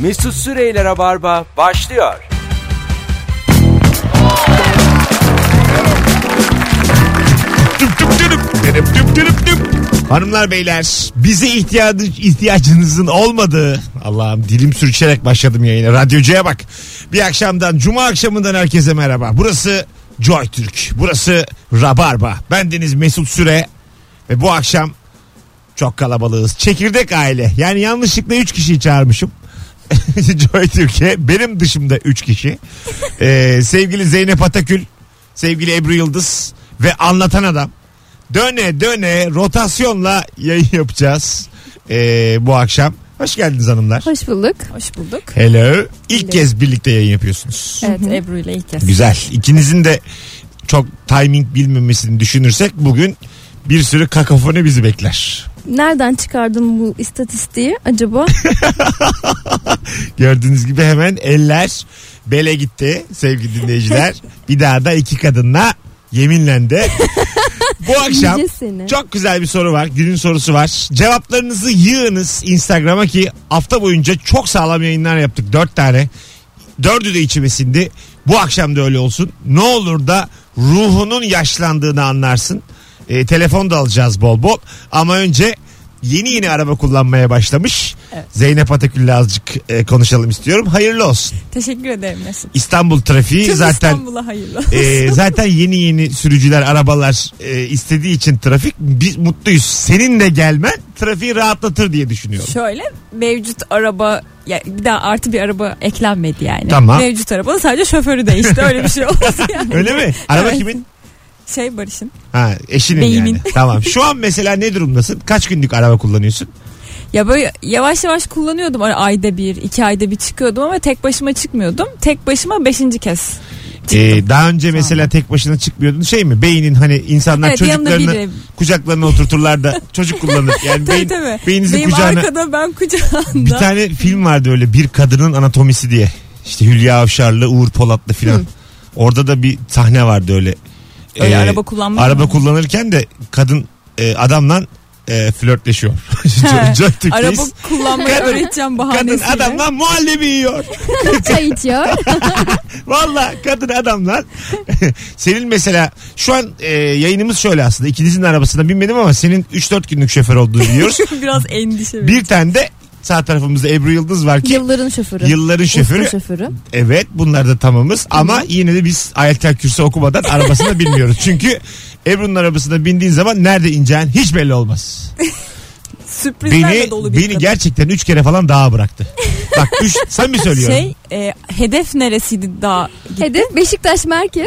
Mesut Süreyler'e Barba başlıyor. Hanımlar beyler, bize ihtiyacınızın olmadığı, Allah'ım dilim sürçerek başladım yayına. Radyocuya bak. Bir akşamdan, cuma akşamından herkese merhaba. Burası Joy Türk, burası Rabarba. Bendeniz Mesut Süre ve bu akşam çok kalabalığız. Çekirdek aile. Yani yanlışlıkla 3 kişiyi çağırmışım. Joy Türkiye. Benim dışımda 3 kişi. Sevgili Zeynep Atakül, sevgili Ebru Yıldız ve Anlatan Adam. Döne döne rotasyonla yayın yapacağız bu akşam. Hoş geldiniz hanımlar. Hoş bulduk. Hoş bulduk. Hello. İlk kez birlikte yayın yapıyorsunuz. Evet, Ebru ile ilk kez. Güzel. İkinizin de çok timing bilmemesini düşünürsek bugün bir sürü kakafoni bizi bekler. Nereden çıkardın bu istatistiği acaba? Gördüğünüz gibi hemen eller bele gitti sevgili dinleyiciler. Bir daha da iki kadınla yeminlendi. Bu akşam çok güzel bir soru var. Günün sorusu var. Cevaplarınızı yığınız Instagram'a ki hafta boyunca çok sağlam yayınlar yaptık. 4 tane. 4'ü de içime sindi. Bu akşam da öyle olsun. Ne olur da ruhunun yaşlandığını anlarsın. Telefon da alacağız bol bol. Ama önce yeni araba kullanmaya başlamış. Evet. Zeynep Atakül'le azıcık konuşalım istiyorum. Hayırlı olsun. Teşekkür ederim Mesut. İstanbul trafiği tüm zaten İstanbul'a hayırlı olsun. Zaten yeni sürücüler, arabalar istediği için trafik, biz mutluyuz. Senin de gelmen trafiği rahatlatır diye düşünüyorum. Şöyle, mevcut araba, ya bir daha artı bir araba eklenmedi yani. Tamam. Mevcut arabanın sadece şoförü değişti. Öyle bir şey olmaz yani. Öyle mi? Araba evet. kimin? Barış'ın. Ha, eşinin Beyimin. yani. Tamam. Şu an mesela ne durumdasın? Kaç günlük araba kullanıyorsun? Ya böyle yavaş yavaş kullanıyordum. Ayda bir, 2 ayda bir çıkıyordum ama tek başıma çıkmıyordum. Tek başıma 5. kez çıktım. Daha önce mesela tek başına çıkmıyordun, şey mi? Beynin hani insanlar evet, çocuklarını kucaklarına oturturlar da çocuk kullanır. Yani tabii. Beyninizin benim kucağına. Arkada ben kucağında. Bir tane film vardı öyle, Bir Kadının Anatomisi diye. İşte Hülya Avşarlı, Uğur Polatlı filan. Orada da bir sahne vardı öyle. Öyle araba kullanmak. Araba kullanırken de kadın adamla flörtleşiyor. Araba kullanmayı öğreteceğim bahanesiyle. Kadın adamla muhallebi yiyor. Çay içiyor. Valla kadın adamla. Senin mesela şu an yayınımız şöyle aslında. İkinizin arabasına binmedim ama senin 3-4 günlük şoför olduğunu biliyoruz. Biraz endişe. Bir tane de sağ tarafımızda Ebru Yıldız var ki. Yılların şoförü. Yılların şoförü. Evet, bunlar da tamamız. Ama yine de biz ayetel kürsü okumadan arabasına binmiyoruz. Çünkü Ebru'nun arabasına bindiğin zaman nerede ineceğin hiç belli olmaz. Sürprizlerle dolu bir Beni gerçekten 3 kere falan dağa bıraktı. Bak sen mi söylüyorsun? Hedef neresiydi daha gitti? Hedef Beşiktaş merkez.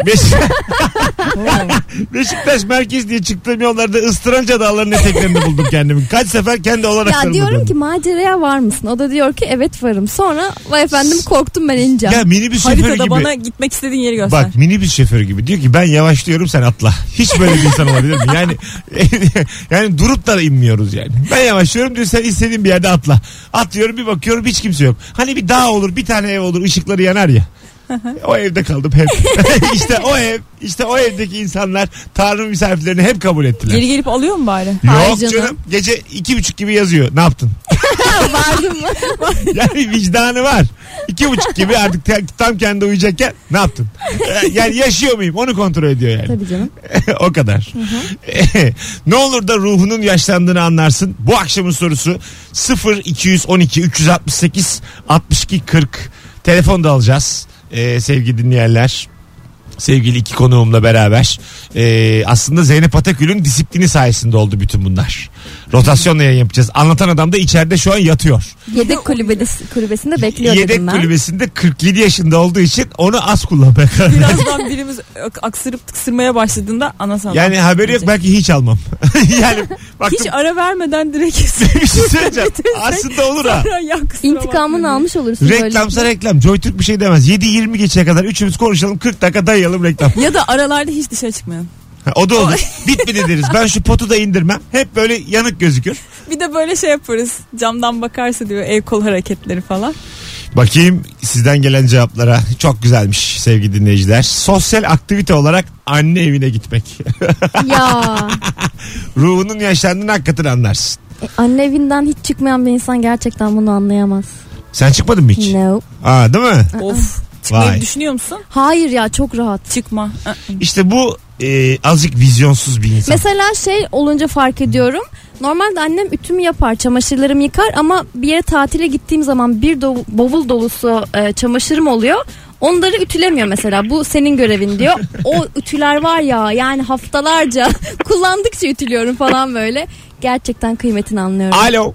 Beşiktaş merkez diye çıktığım yollarda Istıranca dağlarının eteklerinde buldum kendimi. Kaç sefer kendi olanaklarımı. Ya diyorum ki maceraya var mısın? O da diyor ki evet varım. Sonra vay efendim korktum, ben ineceğim. Ya minibüs şoförü gibi. Haritada bana gitmek istediğin yeri göster. Bak minibüs şoförü gibi diyor ki ben yavaşlıyorum, sen atla. Hiç böyle bir insan olabilir mi? Yani durup da inmiyoruz yani. Ben yavaşlıyorum diyor, sen istediğin bir yerde atla. Atlıyorum, bir bakıyorum hiç kimse yok. Hani bir dağ olur, bir tane ev olur, ışıkları yanar ya. O evde kaldım hep. işte o evdeki insanlar Tanrı misafirlerini hep kabul ettiler. Geri gelip alıyor mu bari? Yok canım. Gece 2.30 gibi yazıyor. Ne yaptın? Vardım mı? Yani vicdanı var. 2.30 gibi artık tam kendi uyuyacakken ne yaptın? Yani yaşıyor muyum? Onu kontrol ediyor yani. Tabii canım. O kadar. Ne olur da ruhunun yaşlandığını anlarsın. Bu akşamın sorusu 0212 368 62 40. Telefon da alacağız. Sevgili dinleyenler, sevgili iki konuğumla beraber aslında Zeynep Atakül'ün disiplini sayesinde oldu bütün bunlar. Rotasyonla yayın yapacağız. Anlatan Adam da içeride şu an yatıyor. Yedek kulübesinde bekliyor dedim ben. Yedek kulübesinde 47 yaşında olduğu için onu az kullanmaya karar verdim. Birazdan birimiz aksırıp tıksırmaya başladığında anasını. Yani haberi yok, belki hiç almam. Yani baktım, hiç ara vermeden direkt bir şey söyleyeceğim. Aslında olur ha. İntikamını almış olursun. Reklamsa reklam. JoyTürk bir şey demez. 7:20 geçeye kadar üçümüz konuşalım, 40 dakika dayayalım reklam. Ya da aralarda hiç dışarı çıkmayalım. O da olur. Bitmedi deriz. Ben şu potu da indirmem. Hep böyle yanık gözükür. Bir de böyle şey yaparız. Camdan bakarsa diyor, el kol hareketleri falan. Bakayım sizden gelen cevaplara. Çok güzelmiş sevgili dinleyiciler. Sosyal aktivite olarak anne evine gitmek. Ya. Ruhunun yaşlandığını hakikaten anlarsın. Anne evinden hiç çıkmayan bir insan gerçekten bunu anlayamaz. Sen çıkmadın mı hiç? No. Aa, değil mi? Of. Çıkmayı Vay. düşünüyor musun? Hayır ya, çok rahat. Çıkma. İşte bu azıcık vizyonsuz bir insan. Mesela şey olunca fark ediyorum. Normalde annem ütümü yapar, çamaşırlarımı yıkar ama bir yere tatile gittiğim zaman bir bavul dolusu çamaşırım oluyor. Onları ütülemiyor mesela. Bu senin görevin diyor. O ütüler var ya, yani haftalarca kullandıkça ütülüyorum falan böyle. Gerçekten kıymetini anlıyorum. Alo.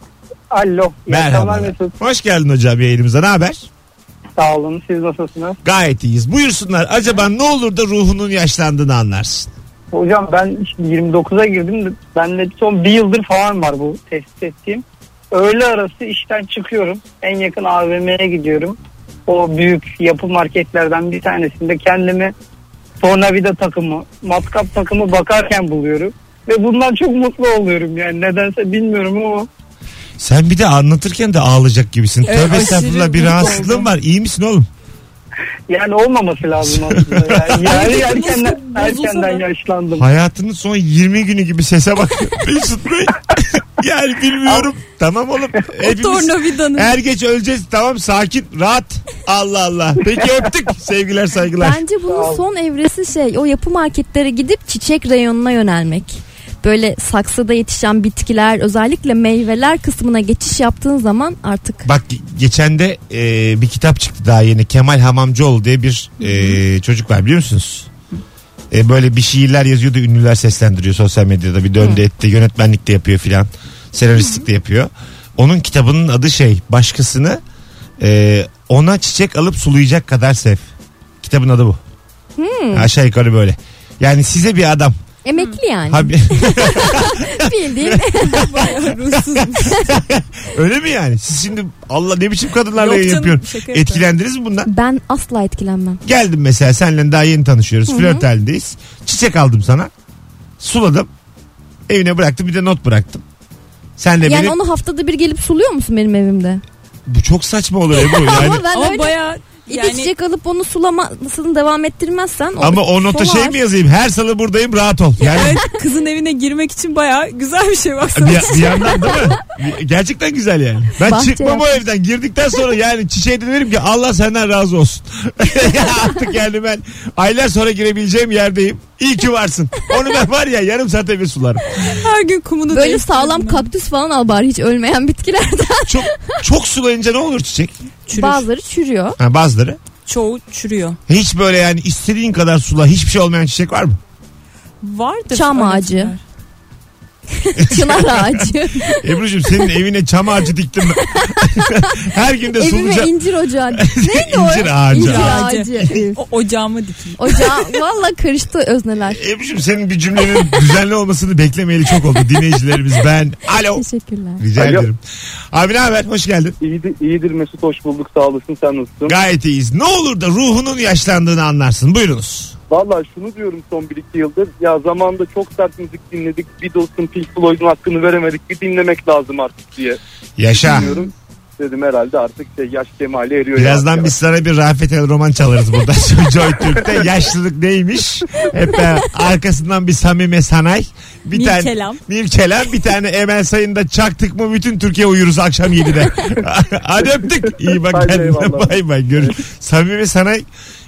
Alo. Merhaba. Mesut. Hoş geldin hocam yayınımıza. Ne haber? Sağ olun. Siz nasılsınız? Gayet iyiyiz. Buyursunlar. Acaba ne olur da ruhunun yaşlandığını anlarsın? Hocam ben 29'a girdim. Bende son bir yıldır falan var bu tespit ettiğim. Öğle arası işten çıkıyorum. En yakın AVM'ye gidiyorum. O büyük yapı marketlerden bir tanesinde kendimi tornavida takımı, matkap takımı bakarken buluyorum. Ve bundan çok mutlu oluyorum yani. Nedense bilmiyorum ama. Sen bir de anlatırken de ağlayacak gibisin. Evet, Tövbe aşırı estağfurullah, bir mutlu rahatsızlığın oldum. var. İyi misin oğlum? Yani olmaması lazım aslında. Yani erkenden yaşlandım. Hayatının son 20 günü gibi sese bak. Mesut Bey. Yani bilmiyorum. Tamam oğlum. Hepimiz Tornavidanın. er geç öleceğiz. Tamam, sakin, rahat. Allah Allah. Peki, öptük. Sevgiler, saygılar. Bence bunun son evresi şey, o yapı marketlere gidip çiçek reyonuna yönelmek. Böyle saksıda yetişen bitkiler, özellikle meyveler kısmına geçiş yaptığın zaman artık. Bak, geçen de bir kitap çıktı daha yeni. Kemal Hamamcıoğlu diye bir çocuk var, biliyor musunuz? Böyle bir şiirler yazıyor da ünlüler seslendiriyor sosyal medyada. Bir döndü etti, yönetmenlik de yapıyor filan. Senaristlik de yapıyor. Onun kitabının adı şey, başkasını ona çiçek alıp sulayacak kadar sev. Kitabın adı bu. Aşağı yukarı böyle. Yani size bir adam. Emekli yani. Bildiğin. Bayağı ruhsuzmuş. Öyle mi yani? Siz şimdi Allah ne biçim kadınlarla Yok yayın canım, yapıyorum. şaka yapıyorum. Etkilendiniz mi bundan? Ben asla etkilenmem. Geldim mesela, seninle daha yeni tanışıyoruz. Flört halindeyiz. Çiçek aldım sana. Suladım. Evine bıraktım, bir de not bıraktım. Sen de Yani beni... onu haftada bir gelip suluyor musun benim evimde? Bu çok saçma olur Ebru. Yani... Ama ben Ama öyle bayağı yani çiçek alıp onu sulamasını devam ettirmezsen. Ama o nota solar. şey mi yazayım? Her salı buradayım, rahat ol. Yani evet, kızın evine girmek için bayağı güzel bir şey baksana. bir yandan değil mi? Gerçekten güzel yani. Ben Bahçe çıkmam o evden. Girdikten sonra yani çiçeğe de derim ki Allah senden razı olsun. Artık yani ben aylar sonra girebileceğim yerdeyim. İyi ki varsın. Onu ben var ya yarım saate bir sularım. Her gün kumunu Böyle değiştiriyorum sağlam ben. kaktüs falan al bari, hiç ölmeyen bitkilerden. Çok sulayınca ne olur çiçek? Çürür. Bazıları çürüyor. Ha, bazıları. Çoğu çürüyor. Hiç böyle yani istediğin kadar sula, hiçbir şey olmayan çiçek var mı? Vardır. Çam öyle ağacı. şeyler. Çınar ağacı. Ebru'cum, senin evine çam ağacı diktim ben. Her gün de Evime sulayacağım. incir ocağı. Neydi o? İncir ağacı. İncir Ağacı. ağacı. O ocağımı dikeyim. Ocağı valla karıştı özneler. Ebru'cum, senin bir cümlenin düzenli olmasını beklemeyeli çok oldu. Dinleyicilerimiz, ben. Alo. Teşekkürler. Rica Alo. ederim. Abi ne haber? Hoş geldin. İyidir Mesut, hoş bulduk, sağ olasın, sen nasılsın? Gayet iyiyiz. Ne olur da ruhunun yaşlandığını anlarsın. Buyurunuz. Valla şunu diyorum son 1-2 yıldır. Ya zamanında çok sert müzik dinledik. Beatles'ın, Pink Floyd'un hakkını veremedik. Bir dinlemek lazım artık diye Yaşa. düşünüyorum. Dedim herhalde artık yaş kemale eriyor. Birazdan yavaş biz sana bir Rafet El Roman çalarız burada. Joy Türk'te yaşlılık neymiş? Hep arkasından bir Samime Sanay. Bir tane Mirkelam. Mirkelam, bir tane Emel Sayın'da çaktık mı bütün Türkiye uyuruz akşam 7'de. Hadi öptük. İyi bak Hadi kendine. eyvallah. Bay bay. Samime Sanay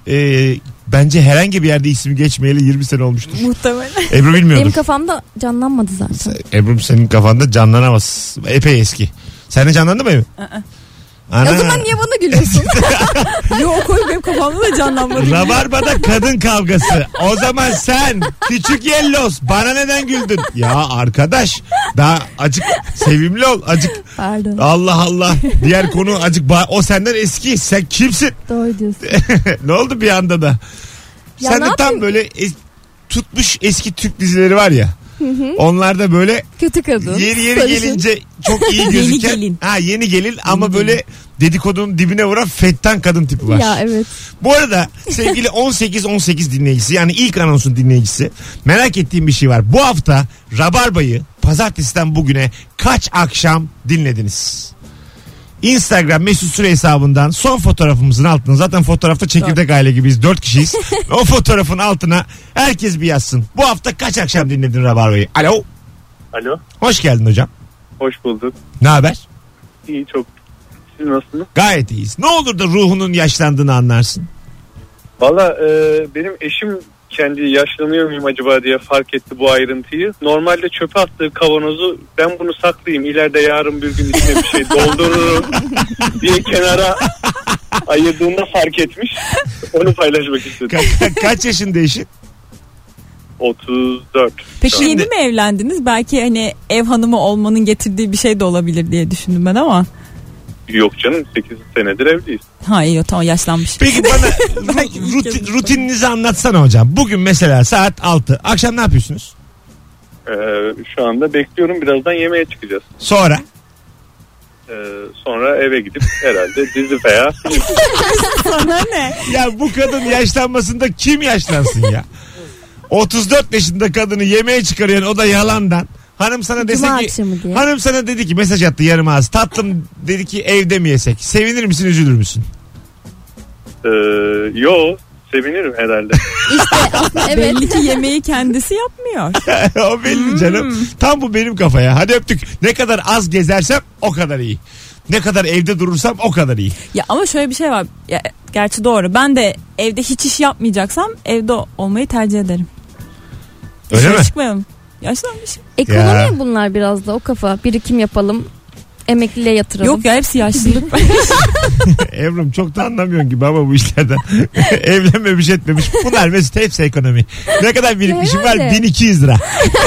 bence herhangi bir yerde ismi geçmeyeli 20 sene olmuştur. Muhtemelen. Ebru Benim bilmiyordur. kafamda canlanmadı zaten. Ebru senin kafanda canlanamaz. Epey eski. Sende canlandı mı Ebru? Ana. O zaman niye bana gülüyorsun? Yok, o benim kafamda da canlanmadı. Rabarba'da kadın kavgası. O zaman sen küçük yellos bana neden güldün? Ya arkadaş, daha acık sevimli ol. Acık Pardon. Allah Allah. Diğer konu acık o senden eski. Sen kimsin? Doğru diyorsun. Ne oldu bir anda da? Ya Sen ne de tam yapayım? böyle tutmuş eski Türk dizileri var ya. Onlarda böyle Kötü kadın. yeri sarışın. gelince çok iyi gözüken. gelin. Ha, yeni gelin ama böyle dedikodunun dibine vuran fettan kadın tipi var. Ya evet. Bu arada sevgili 18-18 dinleyicisi, yani ilk anonsun dinleyicisi, merak ettiğim bir şey var. Bu hafta Rabarba'yı pazartesiden bugüne kaç akşam dinlediniz? Instagram Mesut Süre hesabından son fotoğrafımızın altına, zaten fotoğrafta çekirdek aile gibiyiz, 4 kişiyiz. O fotoğrafın altına herkes bir yazsın. Bu hafta kaç akşam dinledin Rabarba'yı? Alo. Alo, Hoş geldin hocam. hoş bulduk. Ne haber? İyi, çok Siz nasılsınız? Gayet iyiyiz. Ne olur da ruhunun yaşlandığını anlarsın. Valla benim eşim kendi yaşlanıyor muyum acaba diye fark etti bu ayrıntıyı. Normalde çöpe attığı kavanozu ben bunu saklayayım, ileride yarın bir gün içine bir şey doldururum diye kenara ayırdığında fark etmiş. Onu paylaşmak istedim. Kaç yaşında eşin? 34. Peki yeni mi evlendiniz? Belki hani ev hanımı olmanın getirdiği bir şey de olabilir diye düşündüm ben ama. Yok canım, 8 senedir evliyiz. Ha iyi, tamam, yaşlanmış. Peki bana rutininizi anlatsana hocam. Bugün mesela saat 6. Akşam ne yapıyorsunuz? Şu anda bekliyorum, birazdan yemeğe çıkacağız. Sonra? Sonra eve gidip herhalde dizi veya film. Sana ne? Ya bu kadın yaşlanmasında kim yaşlansın ya? 34 yaşında kadını yemeğe çıkarıyorsun, o da yalandan. Hanım sana dese Cuma ki, akşamı diye. hanım sana dedi ki, mesaj attı yarım ağız. Tatlım dedi ki evde mi yesek? Sevinir misin, üzülür müsün? Yo, sevinirim herhalde. İşte aslında evet. Belli ki yemeği kendisi yapmıyor. O belli canım. Tam bu benim kafaya. Hadi öptük. Ne kadar az gezersem o kadar iyi. Ne kadar evde durursam o kadar iyi. Ya ama şöyle bir şey var. Ya, gerçi doğru. Ben de evde hiç iş yapmayacaksam evde olmayı tercih ederim. Öyle Dışarı mi? çıkmayalım. Yaşlanmışım. Ekonomi Ya. bunlar biraz da o kafa. Birikim yapalım. Emekliliğe yatıralım. Yok ya, hepsi yaşlılık. Evrim çok da anlamıyorsun gibi ama bu işlerden. Evlenmemiş etmemiş. Bunlar Mesut hepsi ekonomi. Ne kadar birikmişim var? Herhalde. 1200 lira.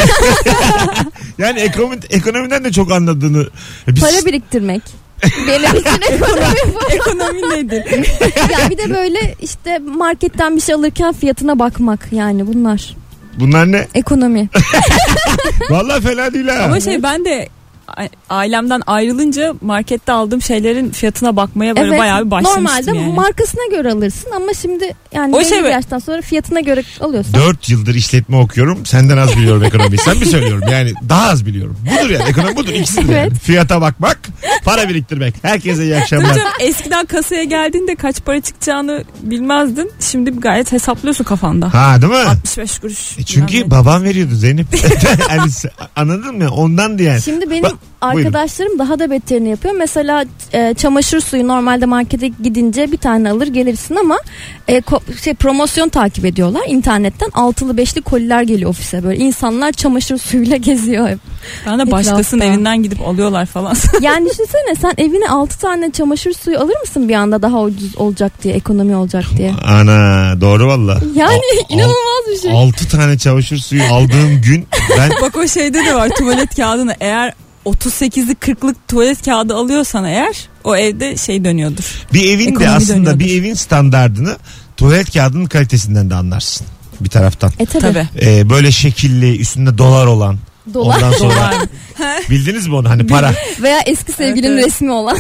Yani ekonomiden de çok anladığını. Para biriktirmek. Benim için ekonomi bu. Ekonomi nedir? Ya bir de böyle işte marketten bir şey alırken fiyatına bakmak, yani bunlar. Bunlar ne? Ekonomi. Vallahi fena değil ha. Ama ben de ailemden ayrılınca markette aldığım şeylerin fiyatına bakmaya böyle bayağı bir başlamıştım normalde yani. markasına göre alırsın ama şimdi yani O belli şey bir yaştan sonra fiyatına göre alıyorsan. 4 yıldır işletme okuyorum. Senden az biliyorum ekonomiyi. Sen mi söylüyorum? Yani daha az biliyorum. Budur yani. Ekonomi budur. İkisidir yani. Evet. Fiyata bakmak, para biriktirmek. Herkese iyi akşamlar. Canım, eskiden kasaya geldiğinde kaç para çıkacağını bilmezdin. Şimdi gayet hesaplıyorsun kafanda. Ha değil mi? 65 kuruş. Çünkü babam veriyordu Zeynep. Yani, anladın mı? Ondan diye. Şimdi benim Buyurun. arkadaşlarım daha da beterini yapıyor. Mesela çamaşır suyu normalde markete gidince bir tane alır gelirsin ama promosyon takip ediyorlar internetten. 6'lı 5'li koliler geliyor ofise böyle. İnsanlar çamaşır suyuyla geziyor hep. Ben de başkasının Etrafta. evinden gidip alıyorlar falan. Yani düşünsene, sen evine 6 tane çamaşır suyu alır mısın bir anda, daha ucuz olacak diye, ekonomi olacak diye. Ana doğru valla. Yani inanılmaz bir şey. 6 tane çamaşır suyu aldığım gün ben Bak o şeyde de var, tuvalet kağıdını eğer 38'lik 40'lık tuvalet kağıdı alıyorsan eğer o evde şey dönüyordur. bir evin de Ekonomi aslında dönüyordur. bir evin standardını tuvalet kağıdının kalitesinden de anlarsın bir taraftan. Tabii. Böyle şekilli, üstünde dolar olan. Dolar. Ondan sonra bildiniz mi onu, hani para. Veya eski sevgilinin Evet. resmi olan.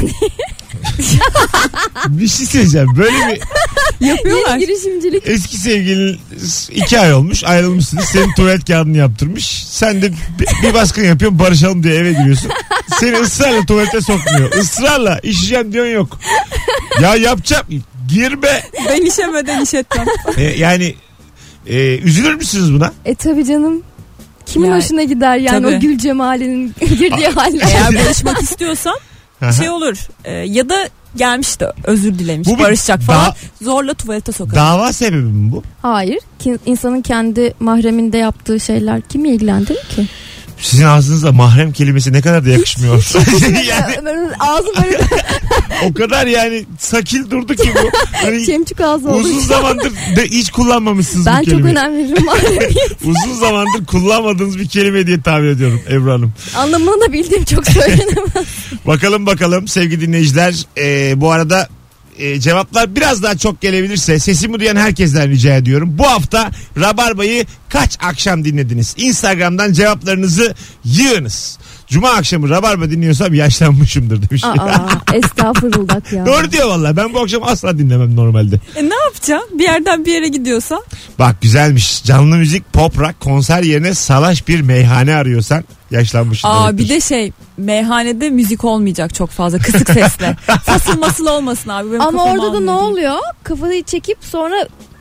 Bir şey söyleyeceğim. Böyle bir Yapıyorlar. Yeni girişimcilik. eski sevgilin 2 ay olmuş, ayrılmışsınız. Senin tuvalet kağıdını yaptırmış. Sen de bir baskın yapıyorsun, barışalım diye eve giriyorsun. Seni ısrarla tuvalete sokmuyor. Israrla işeceğim diyorsun, yok. Ya yapacağım. Girme. Ben işemeden iş etmem. Yani üzülür müsünüz buna? Tabii canım. Kimin Yani, hoşuna gider yani tabii. o Gül Cemali'nin girdiği haline. Eğer barışmak istiyorsan şey olur. Ya da gelmiş de özür dilemiş, Bu bir barışacak falan. Zorla tuvalete sokar. Dava sebebi mi bu? Hayır. İnsanın kendi mahreminde yaptığı şeyler kimi ilgilendirir ki? Sizin ağzınızda mahrem kelimesi ne kadar da yakışmıyor. Yani Ağzı böyle o kadar yani sakil durdu ki bu. Hani çemçük ağzı oldu. uzun zamandır hiç kullanmamışsınız Ben bu çok kelimeyi. önem veririm mahremiyet. Uzun zamandır kullanmadığınız bir kelime diye tahmin ediyorum Ebru Hanım. Anlamını da bildiğim çok söylenemez. Bakalım sevgili dinleyiciler. Bu arada cevaplar biraz daha çok gelebilirse sesimi duyan herkesten rica ediyorum. Bu hafta Rabarba'yı kaç akşam dinlediniz? Instagram'dan cevaplarınızı yığınız. Cuma akşamı Rabarba dinliyorsam yaşlanmışımdır demiş. Estağfurullah ya. Doğru diyor valla. Ben bu akşam asla dinlemem normalde. Ne yapacaksın? Bir yerden bir yere gidiyorsan. Bak güzelmiş. Canlı müzik, pop rock, konser yerine salaş bir meyhane arıyorsan yaşlanmışsın. Bir de meyhanede müzik olmayacak çok fazla, kısık sesle. Fasıl masıl olmasın abi. Benim Ama kafam orada da ne almıyor. oluyor? Kafayı çekip sonra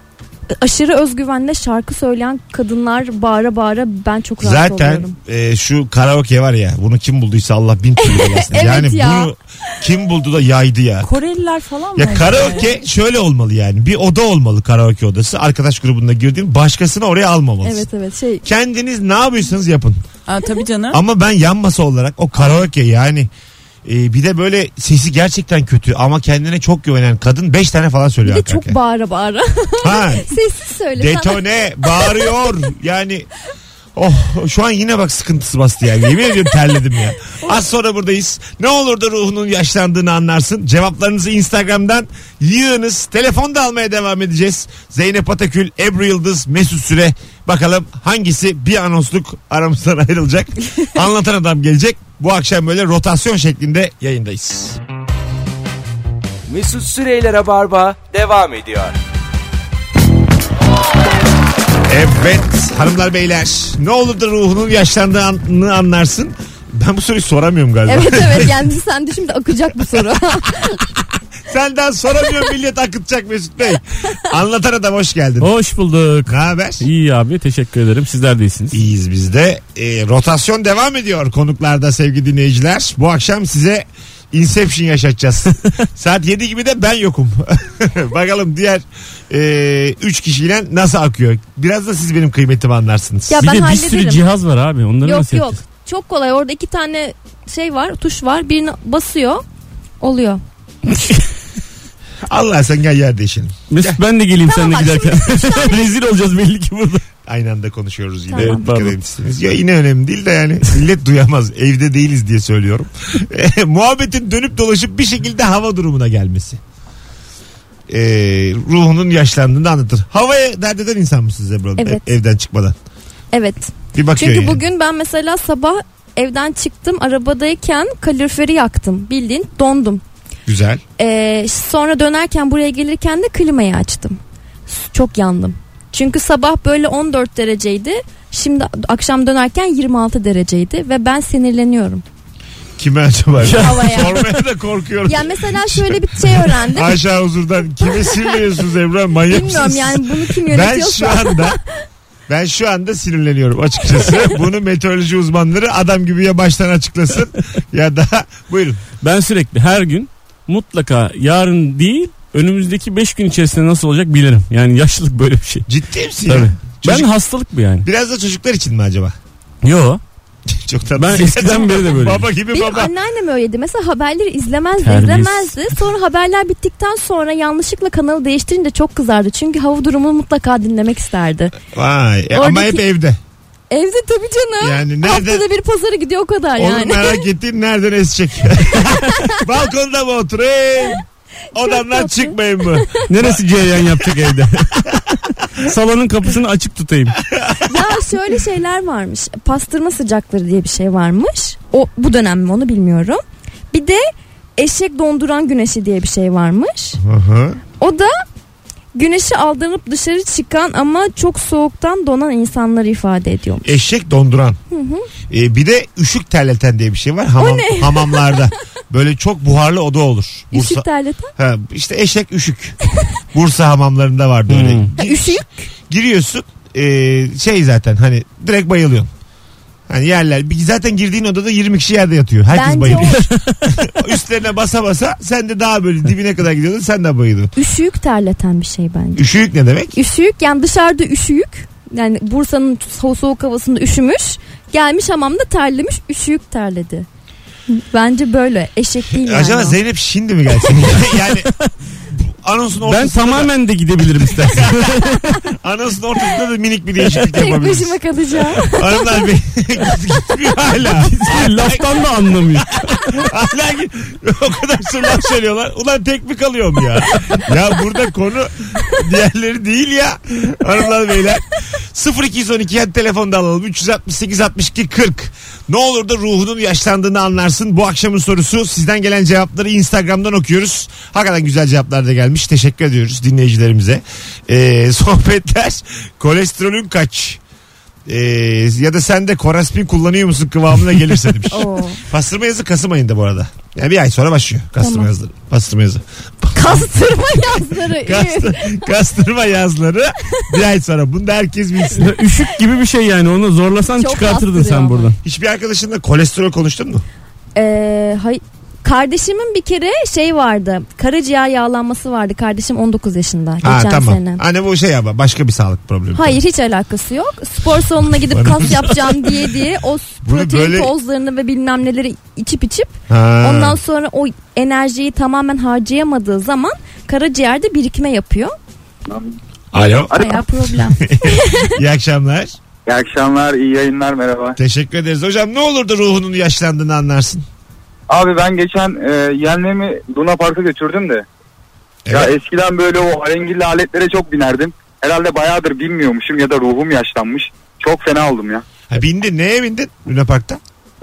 aşırı özgüvenle şarkı söyleyen kadınlar bağıra bağıra ben çok rahat Zaten oluyorum. şu karaoke var ya, bunu kim bulduysa Allah bin türlü belasını. Evet Yani ya. bunu kim buldu da yaydı ya. Koreliler falan mı? Ya karaoke şöyle olmalı yani. Bir oda olmalı, karaoke odası. Arkadaş grubunda girdiğin, başkasını oraya almamalısın. Evet Kendiniz ne yapıyorsanız yapın. Tabii canım. Ama ben yan masa olarak o karaoke yani bir de böyle sesi gerçekten kötü ama kendine çok güvenen kadın 5 tane falan söylüyor. Bir de çok bağıra bağıra. Ha, Sessiz söyle. detone bağırıyor yani. Oh, şu an yine bak sıkıntısı bastı yani. Yemin ediyorum terledim ya. Az sonra buradayız. Ne olur da ruhunun yaşlandığını anlarsın. Cevaplarınızı Instagram'dan yığınız. Telefonda almaya devam edeceğiz. Zeynep Atakül, Ebru Yıldız, Mesut Süre. Bakalım hangisi bir anonsluk aramızdan ayrılacak. Anlatan adam gelecek. Bu akşam böyle rotasyon şeklinde yayındayız. Mesut Süreyler'e barba devam ediyor. Evet hanımlar beyler, ne olur da ruhunun yaşlandığını anlarsın. Ben bu soruyu soramıyorum galiba. Evet yani sen de şimdi akacak bu soru. Senden soramıyorum, millet akıtacak Mesut Bey. Anlatan adam hoş geldin. Hoş bulduk. Ne haber? İyi abi, teşekkür ederim. Sizler de iyisiniz. İyiyiz biz de. Rotasyon devam ediyor konuklarda sevgili dinleyiciler. Bu akşam size Inception yaşatacağız. Saat 7 gibi de ben yokum. Bakalım diğer 3 kişiyle nasıl akıyor. Biraz da siz benim kıymetimi anlarsınız. Ya Bir ben de bir hallederim. sürü cihaz var abi. Onları Yok nasıl yok. yapacağız? Çok kolay. Orada 2 tane şey var, tuş var. Birini basıyor. Oluyor. Allah sen gel yer değişelim. Mesut ben de geleyim Tamam, seninle bak giderken. Rezil olacağız belli ki burada. Aynı anda konuşuyoruz yine. Tamam. Dikkat Pardon. edersiniz. Ya yine önemli değil de yani millet duyamaz. Evde değiliz diye söylüyorum. Muhabbetin dönüp dolaşıp bir şekilde hava durumuna gelmesi. Ruhunun yaşlandığını anlatır. Havaya dert eden insan mısınız Ebru Hanım? Evet. Evden çıkmadan. Evet. Bir bakıyor Çünkü yani. bugün ben mesela sabah evden çıktım, arabadayken kaloriferi yaktım. Bildiğin dondum. Güzel. Sonra dönerken buraya gelirken de klimayı açtım. Çok yandım. Çünkü sabah böyle 14 dereceydi. Şimdi akşam dönerken 26 dereceydi ve ben sinirleniyorum. Kime acaba? Havaya. Sormaya da korkuyorum. Ya mesela şöyle bir şey öğrendim. Aşağı huzurdan kime sinirleniyorsunuz Ebru Hanım? Manyak Bilmiyorum mısınız? yani bunu kim Ben yönetiyorsa. şu anda sinirleniyorum açıkçası. Bunu meteoroloji uzmanları adam gibi ya baştan açıklasın ya da buyurun. Ben sürekli her gün mutlaka yarın değil önümüzdeki 5 gün içerisinde nasıl olacak bilirim. Yani yaşlılık böyle bir şey. Ciddi misin Tabii. ya? Ben Çocuk- hastalık bu yani. Biraz da çocuklar için mi acaba? Yo. Çok tatlı. Ben eskiden beri de böyle. Baba gibi Benim baba. anneannem öyleydi. Mesela haberleri izlemezdi. Terbiyesiz. Sonra haberler bittikten sonra yanlışlıkla kanalı değiştirince çok kızardı. Çünkü hava durumunu mutlaka dinlemek isterdi. Vay. Ama Oradaki- hep evde. Evde tabii canım. Yani nerede? Haftada bir pazara gidiyor o kadar Onu yani. merak ettiğin nereden esecek? Balkonda mı oturayım? Odamdan tatlı. çıkmayayım mı? Neresi cereyan yapacak evde? Salonun kapısını açık tutayım. Ya şöyle şeyler varmış. Pastırma sıcakları diye bir şey varmış. O bu dönem mi onu bilmiyorum. Bir de eşek donduran güneşi diye bir şey varmış. Hı. O da güneşi aldırıp dışarı çıkan ama çok soğuktan donan insanları ifade ediyormuş. Eşek donduran. Bir de üşük terleten diye bir şey var hamamlarda. Böyle çok buharlı oda olur. Üşük terleten. Ha, işte eşek üşük. Bursa hamamlarında vardı öyle. Ha, üşüyük. Giriyorsun şey zaten hani direkt bayılıyorsun. Hani yerler zaten girdiğin odada 20 kişi yerde yatıyor. Herkes Bence bayılıyor. Üstlerine basa basa sen de daha böyle dibine kadar gidiyordun, sen de bayılıyorsun. Üşüyük terleten bir şey bence. Üşüyük ne demek? Üşüyük yani dışarıda üşüyük. Yani Bursa'nın soğuk havasında üşümüş. Gelmiş hamamda terlemiş, üşüyük terledi. Bence böyle. Eşek değil yani. Acaba o. Zeynep şimdi mi gelsin? Yani anonsun Ben ortasında tamamen de gidebilirim istersen. anonsun ortasında da minik bir değişiklik Tek yapabiliriz. başıma kalacağım. Hanımlar gitmiyor hala. Laftan da anlamıyor. Hala o kadar laf söylüyorlar. Ulan tek mi kalıyorum ya? Ya burada konu diğerleri değil ya. Hanımlar beyler. 0212 hadi telefonda alalım. 368 62 40. Ne olur da ruhunun yaşlandığını anlarsın. Bu akşamın sorusu, sizden gelen cevapları Instagram'dan okuyoruz. Hakikaten güzel cevaplar da gelmiş. Teşekkür ediyoruz dinleyicilerimize. Sohbetler kolesterolün kaç? Ya da sen de Koraspin kullanıyor musun kıvamına gelirse demiş. Oo. Pastırma yazı Kasım ayında bu arada. Yani bir ay sonra başlıyor pastırma Tamam. yazıları. Pastırma yazı. Kastırma yazları. Kastırma yazları bir ay sonra. Bunu da herkes bilsin. Ya üşük gibi bir şey yani. Onu zorlasan Çok çıkartırdın kastırıyor sen ama. buradan. Hiçbir arkadaşınla kolesterol konuştun mu? Hayır. Kardeşimin bir kere şey vardı. Karaciğer yağlanması vardı. Kardeşim 19 yaşında. Geçen tamam. sene. Hani bu şey ama başka bir sağlık problemi. Hayır, hiç alakası yok. Spor salonuna gidip kas yapacağım diye o Bunu protein böyle- tozlarını ve bilmem neleri içip Ha. ondan sonra o enerjiyi tamamen harcayamadığı zaman karaciğerde birikme yapıyor. Alo. Bayağı problem. İyi akşamlar. İyi akşamlar, iyi yayınlar, merhaba. Teşekkür ederiz. Hocam ne olurdu ruhunun yaşlandığını anlarsın? Abi ben geçen yeğenlerimi Luna Park'a götürdüm de. Ya Evet. eskiden böyle o alengilli aletlere çok binerdim. Herhalde bayağıdır binmiyormuşum ya da ruhum yaşlanmış. Çok fena oldum ya. Ha, bindin. Neye bindin Luna Park'ta?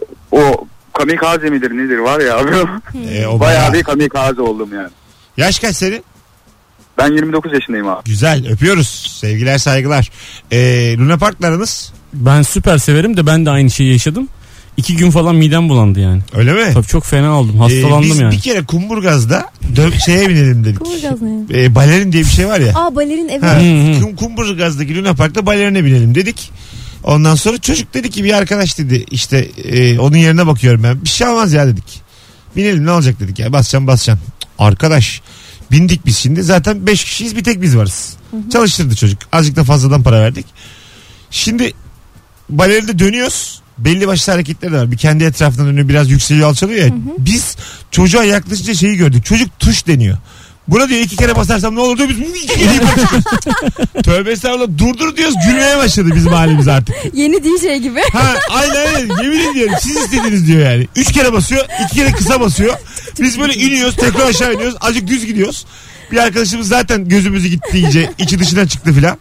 O kamikaze midir nedir var ya abi. O Bayağı bir kamikaze oldum yani. Yaş kaç senin? Ben 29 yaşındayım abi. Güzel, öpüyoruz. Sevgiler, saygılar. Luna Park'larınız Ben süper severim de ben de aynı şeyi yaşadım. 2 gün falan midem bulandı yani. öyle mi? Tabii çok fena oldum. Hastalandım Biz yani. bir kere Kumburgaz'da şeye binelim dedik. Kumburgaz ne? Balerin diye bir şey var ya. Aa, balerin evi. Ha, Hı hı. Kumburgaz'daki Luna Park'ta balerine binelim dedik. Ondan sonra çocuk dedi ki bir arkadaş dedi işte onun yerine bakıyorum ben. Bir şey olmaz ya dedik. Binelim ne olacak dedik ya basacağım. Cık, arkadaş bindik biz şimdi zaten 5 kişiyiz bir tek biz varız. Çalıştırdı çocuk. Azıcık da fazladan para verdik. Şimdi balerinde dönüyoruz. Belli başlı hareketleri de var. Bir kendi etrafından dönüyor biraz yükseliyor alçalıyor ya. Biz çocuğa yaklaşınca şeyi gördük. Çocuk tuş deniyor. Buna diyor 2 kere basarsam ne olur diyor. Biz 2 kere basıyoruz. Tövbe estağfurullah durdur diyoruz. Gülmeye başladı bizim halimiz artık. Yeni DJ gibi. Ha aynen yemin ediyorum siz istediniz diyor yani. 3 kere basıyor 2 kere kısa basıyor. Biz böyle iniyoruz tekrar aşağı iniyoruz. Azıcık düz gidiyoruz. Bir arkadaşımız zaten gözümüzü gitti iyice. İçi dışından çıktı filan.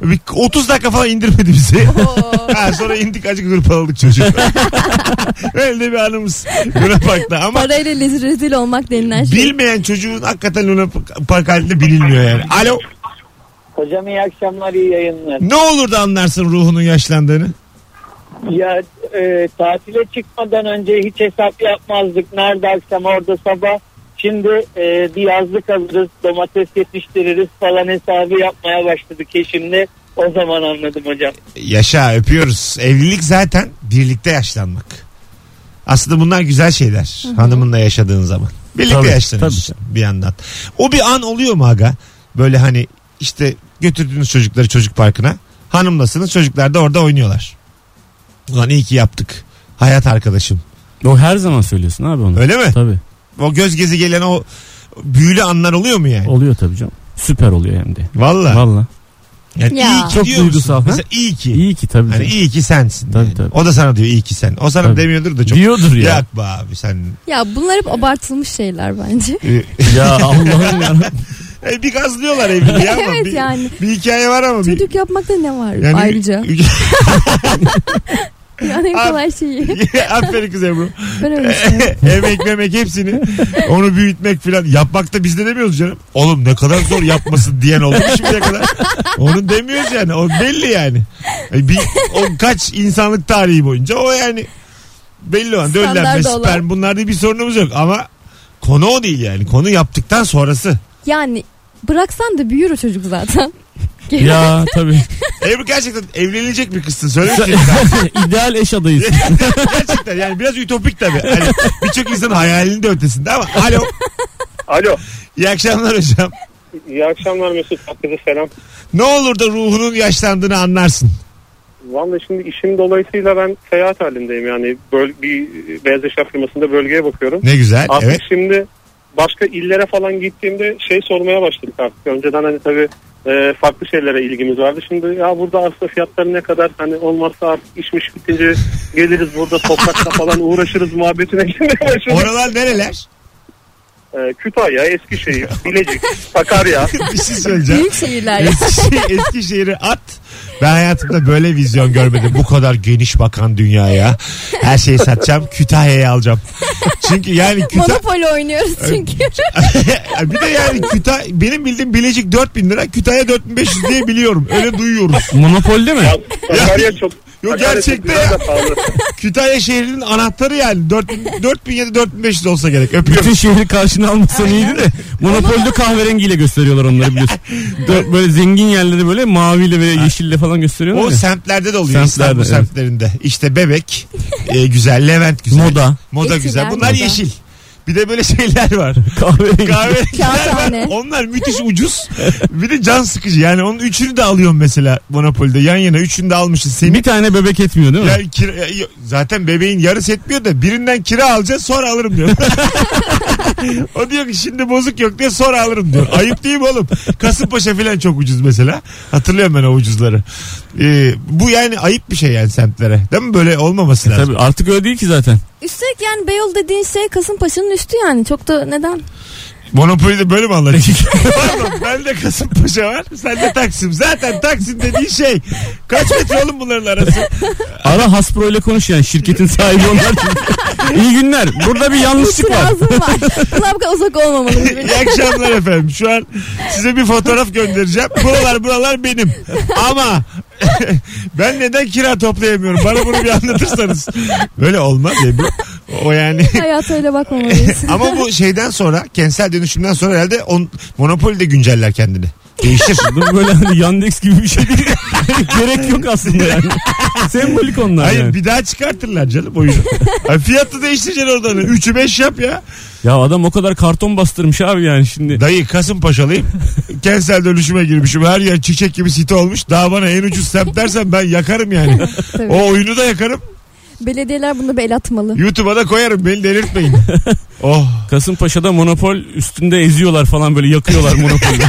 30 dakika falan indirmedi bizi. Ha, sonra indik azıcık hırpaladık çocuk. Öyle de bir anımız Luna Park'ta ama Parayla rezil olmak denilen şey. bilmeyen çocuğun hakikaten Luna Park halinde bilinmiyor yani. Alo. Hocam iyi akşamlar, iyi yayınlar. Ne olur da anlarsın ruhunun yaşlandığını? Ya tatile çıkmadan önce hiç hesap yapmazdık. Nerede akşam orada sabah. Şimdi bir yazlık alırız, domates yetiştiririz falan hesabı yapmaya başladık eşimle. O zaman anladım hocam. Yaşa öpüyoruz. Evlilik zaten birlikte yaşlanmak. Aslında bunlar güzel şeyler. Hanımınla yaşadığın zaman. Birlikte Tabii, yaşlanıyorsun bir yandan. O bir an oluyor mu aga? Böyle hani işte götürdüğünüz çocukları çocuk parkına. Hanımlasınız çocuklar da orada oynuyorlar. Ulan iyi ki yaptık. Hayat arkadaşım. O her zaman söylüyorsun abi onu. Öyle mi? Tabii. O göz gezi gelen o büyülü anlar oluyor mu yani? Oluyor tabii canım. Süper oluyor hem de. Valla. Valla. Yani Ya. iyi ki Çok diyor musun? duygusal, ha? Mesela iyi ki. İyi ki tabii. Hani canım. iyi ki sensin. Tabii, yani. tabii. O da sana diyor iyi ki sen. O sana Tabii. demiyordur da çok. Diyordur ya. Yak be abi sen. Ya bunlar hep abartılmış şeyler bence. Ya Allah'ım ya. Bir gazlıyorlar evliliği ama Evet yani. bir hikaye var ama. Çocuk yapmakta ne var Yani- ayrıca? Yani en kolay şeyi. Aferin kız Ebru. Ben öyle düşünüyorum. Emek memek hepsini onu büyütmek filan yapmakta biz de demiyoruz canım. Oğlum ne kadar zor yapmasın diyen oldu mu şimdiye kadar. Onu demiyoruz yani. O belli yani. O kaç insanlık tarihi boyunca o yani belli olan döllenme, Standart olan. sperm bunlarda bir sorunumuz yok ama konu o değil yani. Konu yaptıktan sonrası. Yani bıraksan da büyür o çocuk zaten. Ya tabii. Ebru gerçekten evlenilecek bir kızsın. Söyle misin? İdeal eş adayız. Gerçekten yani biraz ütopik tabii. Hani birçok insanın hayalinin de ötesinde ama. Alo. Alo. İyi akşamlar hocam. İyi akşamlar Mesut. Herkese selam. Ne olur da ruhunun yaşlandığını anlarsın. Vallahi şimdi işim dolayısıyla ben seyahat halindeyim. Yani bir beyaz eşya firmasında bölgeye bakıyorum. Ne güzel. Artık Evet. şimdi başka illere falan gittiğimde şey sormaya başladık artık. Önceden hani tabii farklı şeylere ilgimiz vardı. Şimdi ya burada arsa fiyatları ne kadar, hani olmazsa artık işmiş bitince geliriz burada toprakla falan uğraşırız muhabbetine girmeye başladık. Oralar nereler? Kütahya, Eskişehir, Bilecik, Sakarya. Bir şey söyleyeceğim. Büyük şehirler. Eskişehir'i at. Ben hayatımda böyle vizyon görmedim. Bu kadar geniş bakan dünyaya. Her şeyi satacağım. Kütahya'yı alacağım. Çünkü yani Monopoly oynuyoruz çünkü. bir de yani benim bildiğim Bilecik 4.000 lira, Kütahya 4.500 diye biliyorum. Öyle duyuyoruz. Monopolde mi? Sakarya çok... Yok Sakarya gerçekte çok güzel ya. de pahalı. Kütahya şehrinin anahtarı yani 4.000 ya da 4.500 olsa gerek. Öpüyorum. Bütün şehri karşına almasan iyiydi de Monopol'de kahverengiyle gösteriyorlar onları biliyorsun. Böyle zengin yerleri böyle maviyle ve yeşille falan gösteriyorlar. O ya. semtlerde de oluyor. Semtlerde, İstanbul evet. semtlerinde. İşte Bebek güzel, Levent güzel. Moda Etiler, güzel. Bunlar Moda. yeşil. Bir de böyle şeyler var. Kahverengi. Kahverengiler var. Kağıthane. Onlar müthiş ucuz. Bir de can sıkıcı. Yani onun üçünü de alıyorum mesela Monopoly'de. Yan yana üçünü de almışız. Senin Bir tane bebek etmiyor değil mi? yani zaten bebeğin yarısı etmiyor da birinden kira alacağız sonra alırım diyor. O diyor ki şimdi bozuk yok diye sonra alırım diyor. Ayıp değil mi oğlum? Kasımpaşa falan çok ucuz mesela. Hatırlıyorum ben o ucuzları. Bu yani ayıp bir şey yani semtlere. Değil mi? Böyle olmaması lazım. Tabii artık öyle değil ki zaten. Üstelik yani Beyoğlu dediğin şey Kasımpaşa'nın üstü yani. Çok da neden? Monopoly'de böyle mi anlatayım? Pardon, bende Kasımpaşa var. Sende Taksim. Zaten Taksim dediğin şey. Kaç metre oğlum bunların arası? Ara Hasbro ile konuş yani şirketin sahibi onlar çünkü. İyi günler. Burada bir yanlışlık var. İtirazım var. Bunlar bu kadar uzak olmamalı. İyi akşamlar efendim. Şu an size bir fotoğraf göndereceğim. Buralar benim. Ama ben neden kira toplayamıyorum? Bana bunu bir anlatırsanız. Böyle olmaz ya. O yani. Hayata öyle bakmamalıyız. Ama bu şeyden sonra, kentsel dönüşümden sonra herhalde Monopoly de günceller kendini. Değişir. Bu böyle hani Yandex gibi bir şey değil. Gerek yok aslında yani. Sembolik onlar Hayır yani. bir daha çıkartırlar canım oyunu. Fiyatı değiştireceksin oradan. 3'ü 5 yap ya. Ya adam o kadar karton bastırmış abi yani şimdi. Dayı Kasımpaşalıyım. Kentsel dönüşüme girmişim. Her yer çiçek gibi site olmuş. Daha bana en ucuz semt dersen ben yakarım yani. Tabii. O oyunu da yakarım. Belediyeler bunu bir el atmalı. YouTube'a da koyarım. Beni delirtmeyin. Oh. Kasımpaşa'da Monopol üstünde eziyorlar falan böyle yakıyorlar Monopol'ü.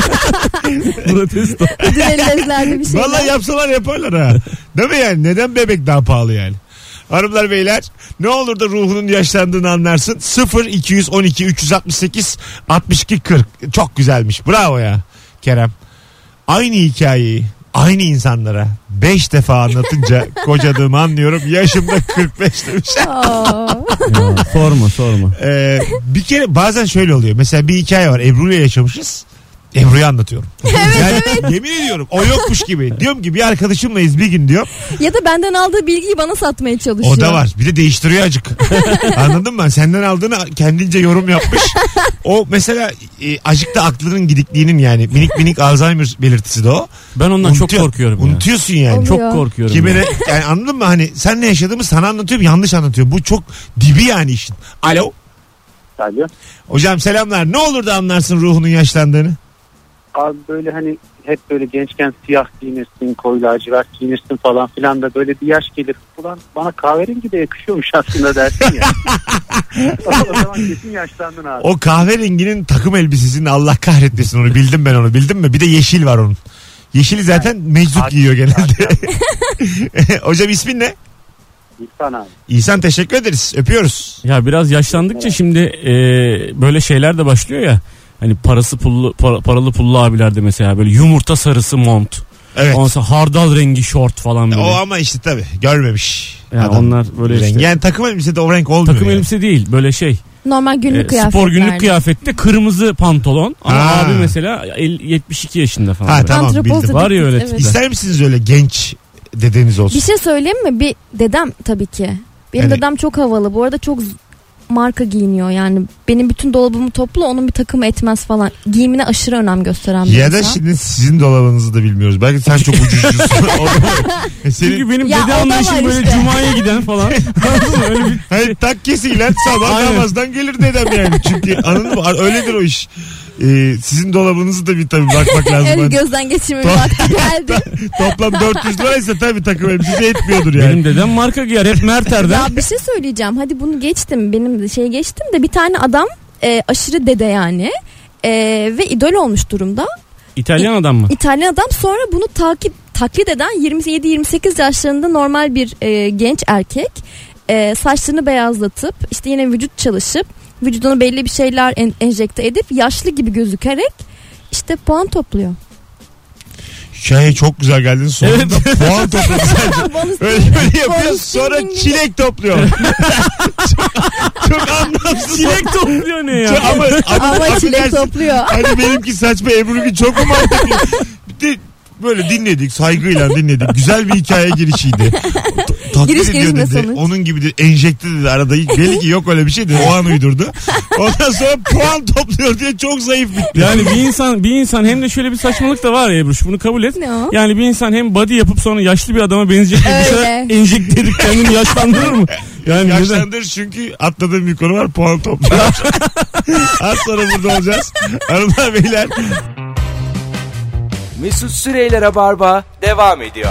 Protesto. Düzenlezlerde bir şeyler. Vallahi yapsalar yaparlar ha. Değil mi yani? Neden bebek daha pahalı yani? Hanımlar beyler ne olur da ruhunun yaşlandığını anlarsın. 0212 368 62 40. Çok güzelmiş. Bravo ya Kerem. Aynı hikayeyi aynı insanlara 5 defa anlatınca kocadığımı anlıyorum. Yaşımda 45 demiş. Ya, sorma. Bir kere bazen şöyle oluyor. Mesela bir hikaye var. Ebru'yla yaşamışız. Ebru'yu anlatıyorum. Yani yemin ediyorum o yokmuş gibi. Diyorum ki bir arkadaşımlayız bir gün diyor. Ya da benden aldığı bilgiyi bana satmaya çalışıyor. O da var. Bir de değiştiriyor acık. Anladın mı? Senden aldığını kendince yorum yapmış. O mesela acık da aklının gidikliğinin yani minik Alzheimer belirtisi de o. Ben ondan çok korkuyorum ya. Unutuyorsun yani. Oluyor. Çok korkuyorum. Kimine ya. yani anladın mı? Hani sen ne yaşadığımı sana anlatıyorum yanlış anlatıyor. Bu çok dibi yani işin. Alo. Alo. Hocam selamlar. Ne olur da anlarsın ruhunun yaşlandığını? Abi böyle hani hep böyle gençken siyah giyinirsin, koyu lacivert giyinirsin falan filan da böyle bir yaş gelir. Ulan bana kahverengi de yakışıyormuş aslında dersin ya. O zaman kesin yaşlandın abi. O kahverenginin takım elbisesini Allah kahretmesin onu bildim ben onu bildin mi? Bir de yeşil var onun. Yeşili zaten meczup giyiyor genelde. Hocam ismin ne? İhsan abi. İhsan teşekkür ederiz. Öpüyoruz. Ya biraz yaşlandıkça şimdi böyle şeyler de başlıyor ya. Hani paralı pullu abiler de mesela böyle yumurta sarısı mont. Evet. Ondan sonra hardal rengi şort falan böyle. O ama işte tabii görmemiş. Yani adam onlar böyle rengi. işte. Yani takım elbise de o renk olmuyor. Takım yani. elbise değil böyle şey. Normal günlük kıyafetler. Spor günlük kıyafette kırmızı pantolon. Ama Ha. abi mesela 72 yaşında falan. Ha böyle. tamam Antropoz bildim. Var ya öyle evet. tipler. İster misiniz öyle genç dedeniz olsun? Bir şey söyleyeyim mi? Bir dedem tabii ki. Benim Yani- dedem çok havalı. Bu arada çok marka giyiniyor yani. Benim bütün dolabımı topla onun bir takımı etmez falan. Giyimine aşırı önem gösteren bir Ya da insan. şimdi sizin dolabınızı da bilmiyoruz. Belki sen çok ucuzcusun. Senin Çünkü benim Ya dede o da anlayışım var böyle işte. cumaya giden falan. Anladın mı? Öyle bir hani takkesiyle sabah Aynen. namazdan gelir dedem yani. Çünkü anladın mı? Öyledir o iş. Sizin dolabınızı da bir tabii bakmak lazım. El Hani gözden geçirmenin To- vakti geldi. toplam 400 liraysa tabii takım elbisesi etmiyordur yani. benim dedem marka giyer hep Merter'den. Ya bir şey söyleyeceğim. Hadi bunu geçtim. Benim de geçtim de bir tane adam aşırı dede yani. Ve idol olmuş durumda. İtalyan adam mı? İtalyan adam sonra bunu taklit eden 27-28 yaşlarında normal bir genç erkek. Saçlarını beyazlatıp işte yine vücut çalışıp vücuduna belli bir şeyler enjekte edip yaşlı gibi gözükerek işte puan topluyor. Hikaye çok güzel geldin. Sonunda puan topladı sadece. Öyle yapıyor. Bonus Sonra ding ding ding. çilek topluyor. çok anlamsız. Çilek topluyor ne Çok- ya? Ama çilek affedersin. topluyor. Hani benimki saçma Ebru'nunki çok mu mantıklı? Bir de böyle dinledik saygıyla dinledik. Güzel bir hikaye girişiydi. taklit Giriş ediyor gelişme dedi. sonuç. Onun gibi dedi, enjekte dedi arada. Belli ki yok öyle bir şey dedi. O an uydurdu. Ondan sonra puan topluyor diye çok zayıf bitti. Yani bir insan hem de şöyle bir saçmalık da var ya Ebruş, bunu kabul et. Ne o? Yani bir insan hem body yapıp sonra yaşlı bir adama benzeyecek bir şeyler Öyle. enjekte edip kendini yaşlandırır mı? Yani neden? Yaşlandır çünkü atladığım bir konu var, puan topluyor. Az sonra burada olacağız. Hanımlar beyler. Mesut Süreyler'e barba devam ediyor.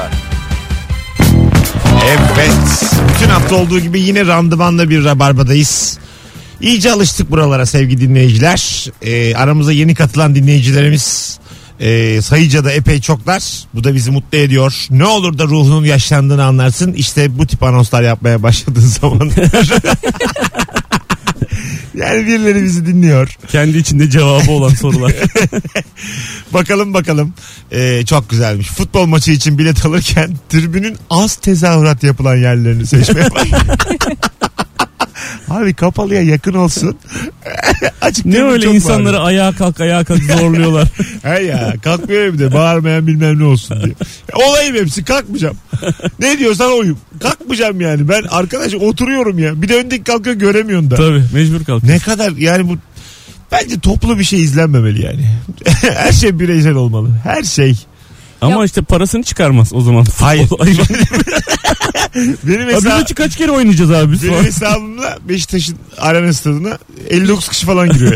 Evet. Bütün hafta olduğu gibi yine randımanla bir rabarbadayız. İyice alıştık buralara sevgili dinleyiciler. Aramıza yeni katılan dinleyicilerimiz sayıca da epey çoklar. Bu da bizi mutlu ediyor. Ne olur da ruhunun yaşlandığını anlarsın. İşte bu tip anonslar yapmaya başladığın zaman. Yani birileri bizi dinliyor. Kendi içinde cevabı olan sorular. Bakalım. Çok güzelmiş. Futbol maçı için bilet alırken tribünün az tezahürat yapılan yerlerini seçmeye başladım. Abi kapalıya yakın olsun. Açık Ne öyle çok insanları bağırıyor. ayağa kalk zorluyorlar. He ya, kalkmıyor bir de bağırmayan bilmem ne olsun diye. Olayım hepsi, kalkmayacağım. Ne diyorsan oyum. Kalkmayacağım yani. Ben arkadaş oturuyorum ya. Bir de öndeki kalkıyor, göremiyorsun da. Tabii mecbur kalk. Ne kadar yani bu, bence toplu bir şey izlenmemeli yani. Her şey bireysel olmalı. Her şey. Ama işte parasını çıkarmaz o zaman. Hayır. Hayvan. Benim Abi maçı kaç kere oynayacağız abi biz? Benim hesabımla Beşiktaş'ın arena stadına 59 kişi falan giriyor.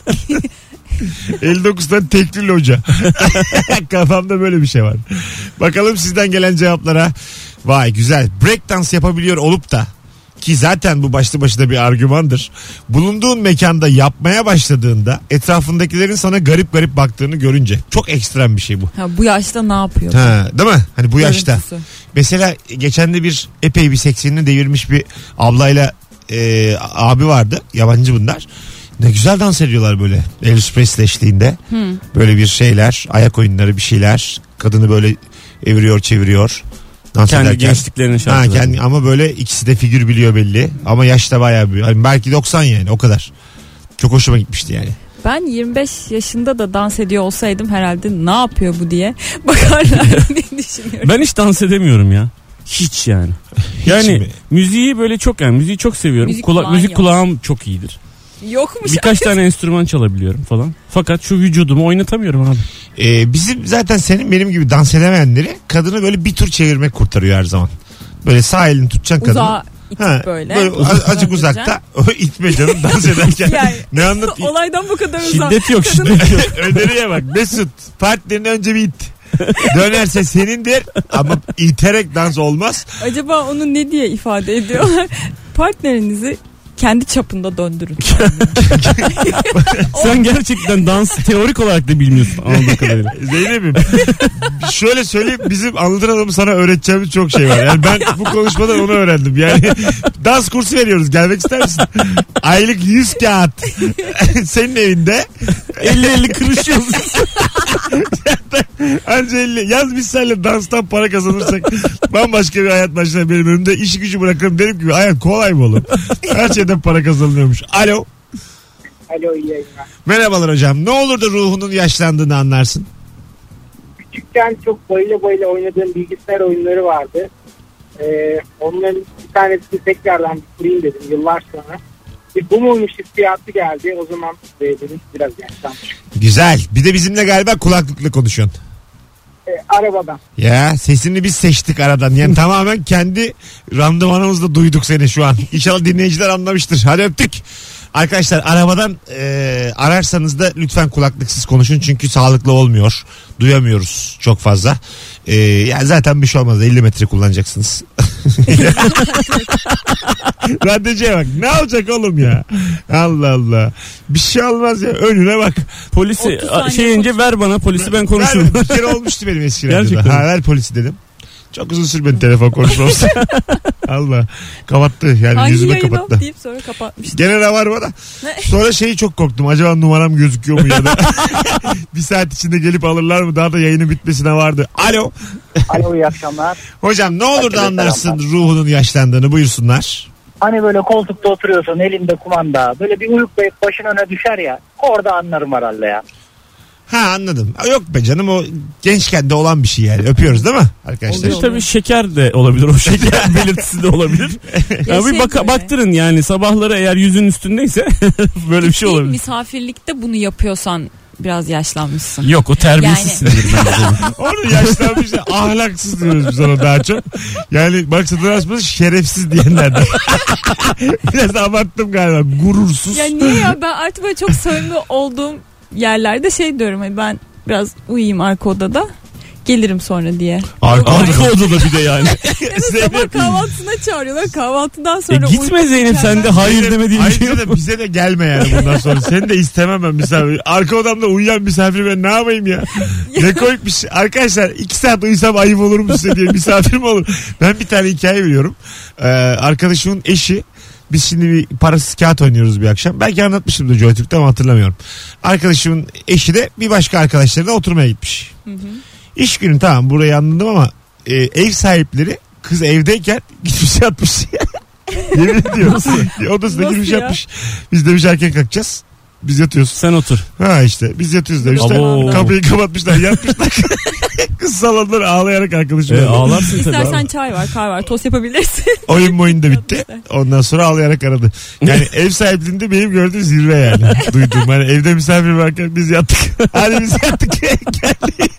59'dan tekli hoca. Kafamda böyle bir şey var. Bakalım sizden gelen cevaplara. Vay güzel. Breakdance yapabiliyor olup da, ki zaten bu başlı başına bir argümandır, bulunduğun mekanda yapmaya başladığında etrafındakilerin sana garip garip baktığını görünce, çok ekstrem bir şey bu. Ha, bu yaşta ne yapıyor? Ha, değil mi? Hani bu yaşta. Görüntüsü. Mesela geçen de bir epey bir seksenini devirmiş bir ablayla abi vardı. Yabancı bunlar. Ne güzel dans ediyorlar böyle. Elvis Presley eşliğinde. Böyle bir şeyler, ayak oyunları, bir şeyler. Kadını böyle eviriyor çeviriyor. Dans Kendi ederken. gençliklerinin şarkıları. Ama böyle ikisi de figür biliyor belli. Ama yaş da bayağı büyük. Yani belki 90 yani, o kadar. Çok hoşuma gitmişti yani. Ben 25 yaşında da dans ediyor olsaydım herhalde ne yapıyor bu diye bakarlar diye düşünüyorum. Ben hiç dans edemiyorum ya. Hiç yani. Yani mi? müziği böyle çok, yani müziği çok seviyorum. Müzik kulağın Müzik yok. kulağım çok iyidir. Yokmuş. Birkaç tane enstrüman çalabiliyorum falan. Fakat şu vücudumu oynatamıyorum abi. Bizim zaten senin benim gibi dans edemeyenleri kadını böyle bir tur çevirmek kurtarıyor her zaman. Böyle sağ elini tutacaksın kadını. Uzağa itip Ha, böyle. Azıcık uzakta o itme canım dans ederken. Yani, ne anlat? olaydan bu kadar uzak. Şiddet yok, Kadın- şiddet yok. Öneriye bak Mesut, partnerini önce bir it. Dönerse senindir ama iterek dans olmaz. Acaba onu ne diye ifade ediyorlar? Partnerinizi kendi çapında döndürün. Sen gerçekten dans teorik olarak da bilmiyorsun anladığım kadarıyla. Zeynep'im şöyle söyleyeyim, bizim Anlatıradam'ı sana öğreteceğimiz çok şey var. Yani ben bu konuşmadan onu öğrendim. Yani dans kursu veriyoruz, gelmek ister misin? Aylık 100 kağıt. Senin evinde 50-50 kırışıyoruz. anca 50. Yaz biz seninle danstan para kazanırsak bambaşka bir hayat başlar benim önümde. İşi gücü bırakırım, derim ki hayat kolay mı oğlum? Her şeyden para kazanılıyormuş. Alo. Alo, iyi yayınlar. Merhabalar hocam. Ne olur da ruhunun yaşlandığını anlarsın? Küçükken çok bayıla bayıla oynadığım bilgisayar oyunları vardı. Onların bir tanesini tekrardan bir kurayım dedim yıllar sonra. Bir bu muymuş hissiyatı geldi. O zaman dedim biraz yaşlanmış. Güzel. Bir de bizimle galiba kulaklıkla konuşuyorsun. Arabadan. Ya sesini biz seçtik aradan. Yani tamamen kendi randımanımızda duyduk seni şu an. İnşallah dinleyiciler anlamıştır. Hadi öptük. Arkadaşlar arabadan ararsanız da lütfen kulaklıksız konuşun. Çünkü sağlıklı olmuyor. Duyamıyoruz çok fazla. Yani zaten bir şey olmaz. 50 metre kullanacaksınız. Radyocuya bak. Ne olacak oğlum ya? Allah Allah. Bir şey olmaz ya. Önüne bak. Polisi 30 saniye şey ince ver bana polisi ben konuşurum. Bir kere olmuştu benim eski radyoda. Gerçekten. Ha, ver polisi dedim. Çok uzun sürmedi telefon konuşmamız. Allah. Kapattı. Yani Hangi yüzüme yayın kapattı. o deyip sonra kapatmış. Gene de var bana. Sonra şeyi çok korktum. Acaba numaram gözüküyor mu ya da bir saat içinde gelip alırlar mı? Daha da yayının bitmesine vardı. Alo. Alo, iyi akşamlar. Hocam ne olur da Herkese anlarsın selamlar. ruhunun yaşlandığını, buyursunlar. Hani böyle koltukta oturuyorsun, elinde kumanda. Böyle bir uyuklayıp başın öne düşer ya. Orada anlarım herhalde ya. Ha anladım. Yok be canım, o gençken de olan bir şey yani. Öpüyoruz değil mi arkadaşlar? Tabii şeker de olabilir. O şeker belirtisi de olabilir. Ya bir baktırın yani, sabahları eğer yüzün üstündeyse böyle bir şey olabilir. Misafirlikte bunu yapıyorsan biraz yaşlanmışsın. Yok, o terbiyesizsindir bence. Onu yaşlanmış da ahlaksız diyoruz biz ona daha çok. Yani maksadını açması şerefsiz diyenlerden. Biraz abarttım galiba. Gurursuz. Ya niye ya, ben artık böyle çok samimi olduğum yerlerde şey diyorum, hani ben biraz uyuyayım arka odada, gelirim sonra diye. Arka odada bir de yani. Sabah kahvaltısına çağırıyorlar, kahvaltıdan sonra gitme Zeynep, sen de hayır demediğin şey yok. Ayrıca da bize de gelme yani bundan sonra. Seni de istemem ben misafir. Arka odamda uyuyan misafir ben ne yapayım ya? Ne koyuk bir şey. Arkadaşlar 2 saat uyusam ayıp olur mu size diye misafir mi olur? Ben bir tane hikaye biliyorum. Arkadaşımın eşi, biz şimdi bir parasız kağıt oynuyoruz bir akşam. Belki anlatmışımdır JoyTürk'te ama hatırlamıyorum. Arkadaşımın eşi de bir başka arkadaşlarıyla oturmaya gitmiş. Hı hı. İş günü, tamam, burayı anladım ama ev sahipleri kız evdeyken gitmiş yatmış. Yemin ediyorum. Odasına girmiş yatmış. Biz demiş erken kalkacağız. Biz yatıyoruz. Sen otur. Ha işte biz yatıyoruz demişler. Abo. Kapıyı kapatmışlar, yatmışlar. Kız salonlar ağlayarak arkadaşım. Ağlarsın tabii. İstersen çay var, kahve var, tost yapabilirsin. Oyun da bitti. Ondan sonra ağlayarak aradı. Yani ev sahipliğinde benim gördüğüm zirve yani. Duyduğum. Hani evde misafir varken biz yattık. Hadi biz yattık. Geldi.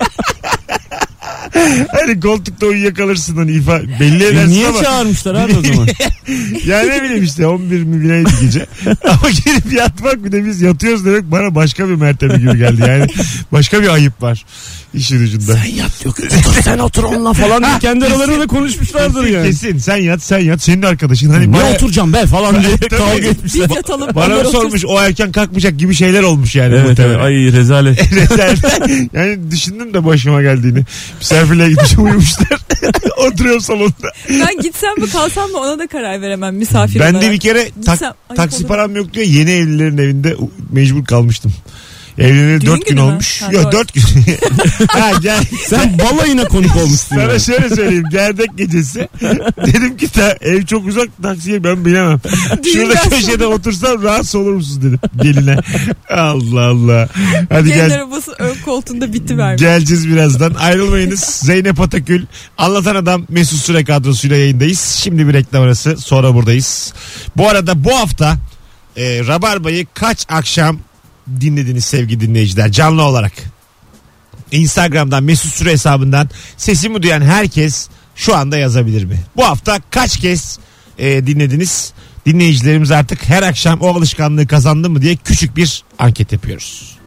Hani koltukta uyuyakalırsın, hani belli edersin niye ama. Çağırmışlar abi o zaman? Ya ne bileyim işte 11 mi neydi gece. Ama gelip yatmak, bir de biz yatıyoruz demek bana başka bir mertebe gibi geldi. Yani başka bir ayıp var işin ucunda. Sen yat, yok sen otur onunla falan diye kendi aralarında konuşmuşlardır yani. Kesin sen yat senin arkadaşın. Hani ne oturacağım ben falan diye kavga etmişler. Biz yatalım. Bana mı sormuş, o erken kalkmayacak gibi şeyler olmuş yani. Evet. Ay rezalet. Yani düşündüm de başıma geldiğini. Misafirliğe gideceğim, uyumuşlar. Oturuyorum salonda. Ben gitsem mi kalsam mı ona da karar veremem misafir Ben olarak. de bir kere taksi param yok diyor. Yeni evlilerin evinde mecbur kalmıştım. Evleneli 4 gün olmuş. Yok 4 gün. Ha, gel. Sen balayına konuk olmuşsun. Sana şöyle söyleyeyim. Gerdek gecesi. Dedim ki ev çok uzak, taksiye ben bilemem. Şurada köşede otursam rahatsız olur musunuz dedim geline. Allah Allah. Hadi Gelin arabası ön koltuğunda bitivermiş. Geleceğiz birazdan. Ayrılmayınız. Zeynep Atakül, Anlatan Adam, Mesut Süre kadrosuyla yayındayız. Şimdi bir reklam arası, sonra buradayız. Bu arada bu hafta Rabarba'yı kaç akşam dinlediniz sevgili dinleyiciler, canlı olarak? Instagram'dan, Mesut Süre hesabından sesimi duyan herkes şu anda yazabilir mi? Bu hafta kaç kez dinlediniz? Dinleyicilerimiz artık her akşam o alışkanlığı kazandı mı diye küçük bir anket yapıyoruz.